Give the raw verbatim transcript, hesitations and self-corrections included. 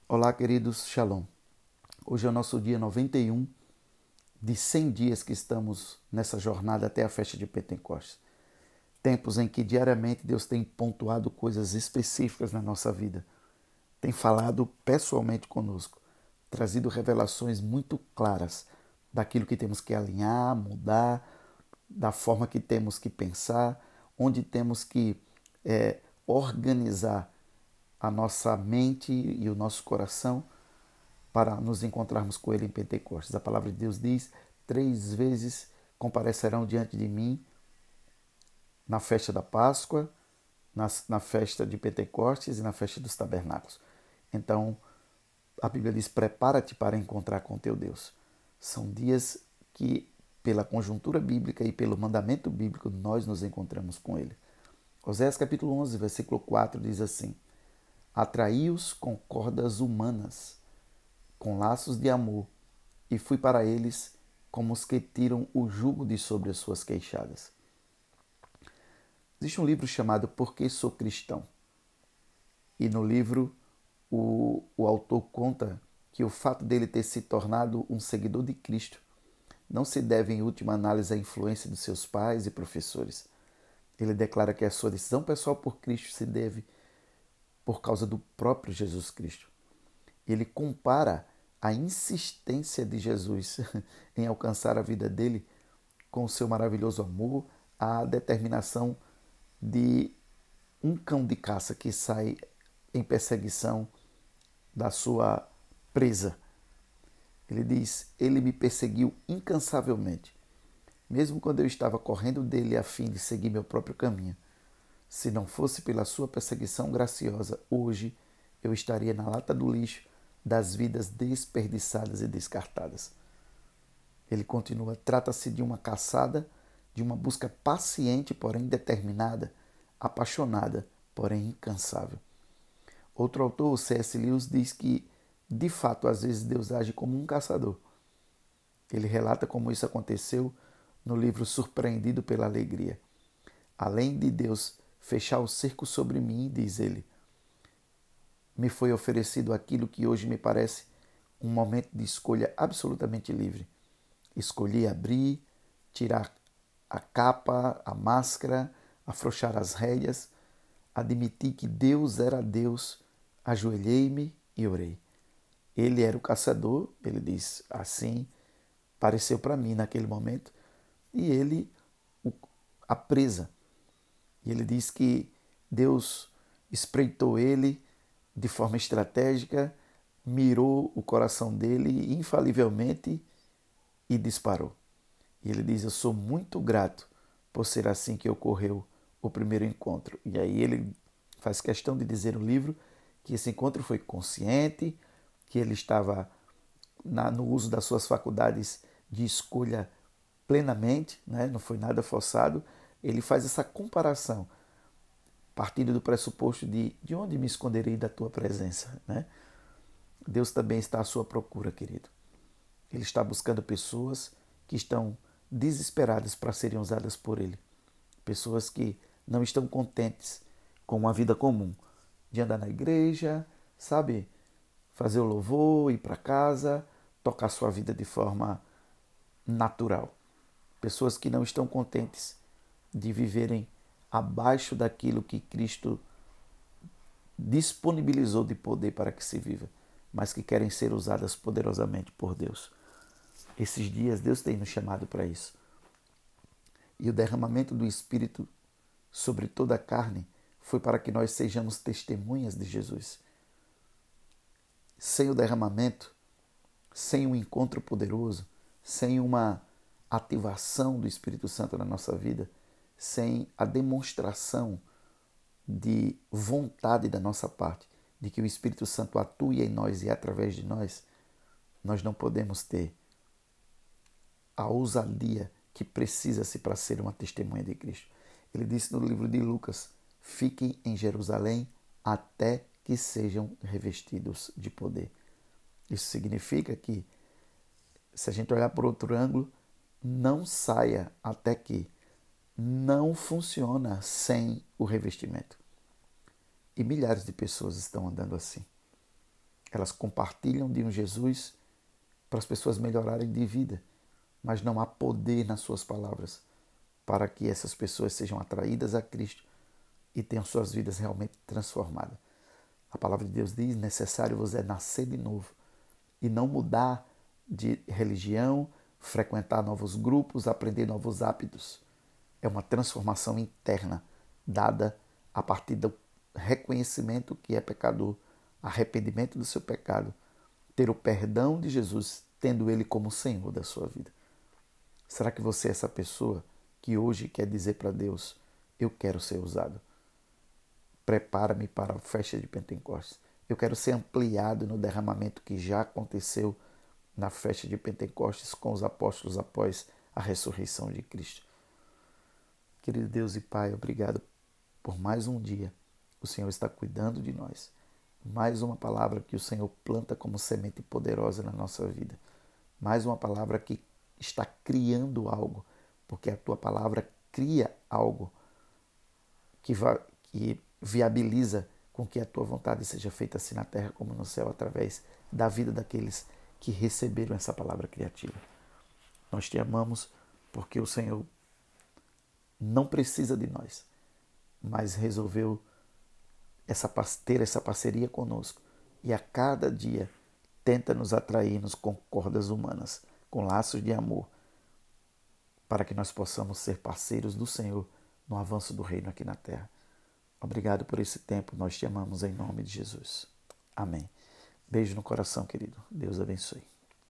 Olá, queridos, Shalom. Hoje é o nosso dia noventa e um de cem dias que estamos nessa jornada até a festa de Pentecostes. Tempos em que diariamente Deus tem pontuado coisas específicas na nossa vida, tem falado pessoalmente conosco, trazido revelações muito claras daquilo que temos que alinhar, mudar, da forma que temos que pensar, onde temos que é, organizar a nossa mente e o nosso coração para nos encontrarmos com Ele em Pentecostes. A palavra de Deus diz: três vezes comparecerão diante de mim na festa da Páscoa, na, na festa de Pentecostes e na festa dos tabernáculos. Então, a Bíblia diz: prepara-te para encontrar com teu Deus. São dias que, pela conjuntura bíblica e pelo mandamento bíblico, nós nos encontramos com Ele. Oséias capítulo onze, versículo quatro diz assim: atraí-os com cordas humanas, com laços de amor, e fui para eles como os que tiram o jugo de sobre as suas queixadas. Existe um livro chamado Por que Sou Cristão? E no livro o, o autor conta que o fato dele ter se tornado um seguidor de Cristo não se deve, em última análise, à influência dos seus pais e professores. Ele declara que a sua decisão pessoal por Cristo se deve por causa do próprio Jesus Cristo. Ele compara a insistência de Jesus em alcançar a vida dele com o seu maravilhoso amor, a determinação de um cão de caça que sai em perseguição da sua presa. Ele diz: ele me perseguiu incansavelmente, mesmo quando eu estava correndo dele a fim de seguir meu próprio caminho. Se não fosse pela sua perseguição graciosa, hoje eu estaria na lata do lixo das vidas desperdiçadas e descartadas. Ele continua: trata-se de uma caçada, de uma busca paciente, porém determinada, apaixonada, porém incansável. Outro autor, C S Lewis, diz que, de fato, às vezes Deus age como um caçador. Ele relata como isso aconteceu no livro Surpreendido pela Alegria. Além de Deus fechar o cerco sobre mim, diz ele, me foi oferecido aquilo que hoje me parece um momento de escolha absolutamente livre. Escolhi abrir, tirar a capa, a máscara, afrouxar as rédeas, admiti que Deus era Deus, ajoelhei-me e orei. Ele era o caçador, ele diz assim, pareceu para mim naquele momento, e ele a presa. E ele diz que Deus espreitou ele de forma estratégica, mirou o coração dele infalivelmente e disparou. E ele diz: eu sou muito grato por ser assim que ocorreu o primeiro encontro. E aí ele faz questão de dizer no livro que esse encontro foi consciente, que ele estava na, no uso das suas faculdades de escolha plenamente, né? Não foi nada forçado. Ele faz essa comparação, partindo do pressuposto de de onde me esconderei da tua presença, né? Deus também está à sua procura, querido. Ele está buscando pessoas que estão desesperadas para serem usadas por Ele. Pessoas que não estão contentes com uma vida comum, de andar na igreja, sabe? Fazer o louvor, ir para casa, tocar sua vida de forma natural. Pessoas que não estão contentes de viverem abaixo daquilo que Cristo disponibilizou de poder para que se viva, mas que querem ser usadas poderosamente por Deus. Esses dias Deus tem nos chamado para isso. E o derramamento do Espírito sobre toda a carne foi para que nós sejamos testemunhas de Jesus. Sem o derramamento, sem um encontro poderoso, sem uma ativação do Espírito Santo na nossa vida, sem a demonstração de vontade da nossa parte, de que o Espírito Santo atue em nós e através de nós, nós não podemos ter a ousadia que precisa-se para ser uma testemunha de Cristo. Ele disse no livro de Lucas: fiquem em Jerusalém até que sejam revestidos de poder. Isso significa que, se a gente olhar por outro ângulo, não saia até que não funciona sem o revestimento. E milhares de pessoas estão andando assim. Elas compartilham de um Jesus para as pessoas melhorarem de vida, mas não há poder nas suas palavras para que essas pessoas sejam atraídas a Cristo e tenham suas vidas realmente transformadas. A palavra de Deus diz: necessário vos é nascer de novo e não mudar de religião, frequentar novos grupos, aprender novos hábitos. É uma transformação interna dada a partir do reconhecimento que é pecador, arrependimento do seu pecado, ter o perdão de Jesus, tendo Ele como Senhor da sua vida. Será que você é essa pessoa que hoje quer dizer para Deus: eu quero ser usado? Prepara-me para a festa de Pentecostes. Eu quero ser ampliado no derramamento que já aconteceu na festa de Pentecostes com os apóstolos após a ressurreição de Cristo. Querido Deus e Pai, obrigado por mais um dia. O Senhor está cuidando de nós. Mais uma palavra que o Senhor planta como semente poderosa na nossa vida. Mais uma palavra que está criando algo, porque a Tua palavra cria algo que, va- que viabiliza com que a Tua vontade seja feita assim na terra como no céu, através da vida daqueles que receberam essa palavra criativa. Nós Te amamos porque o Senhor não precisa de nós, mas resolveu essa, ter essa parceria conosco e a cada dia tenta nos atrair-nos com cordas humanas, com laços de amor, para que nós possamos ser parceiros do Senhor no avanço do reino aqui na terra. Obrigado por esse tempo, nós Te amamos em nome de Jesus. Amém. Beijo no coração, querido. Deus abençoe.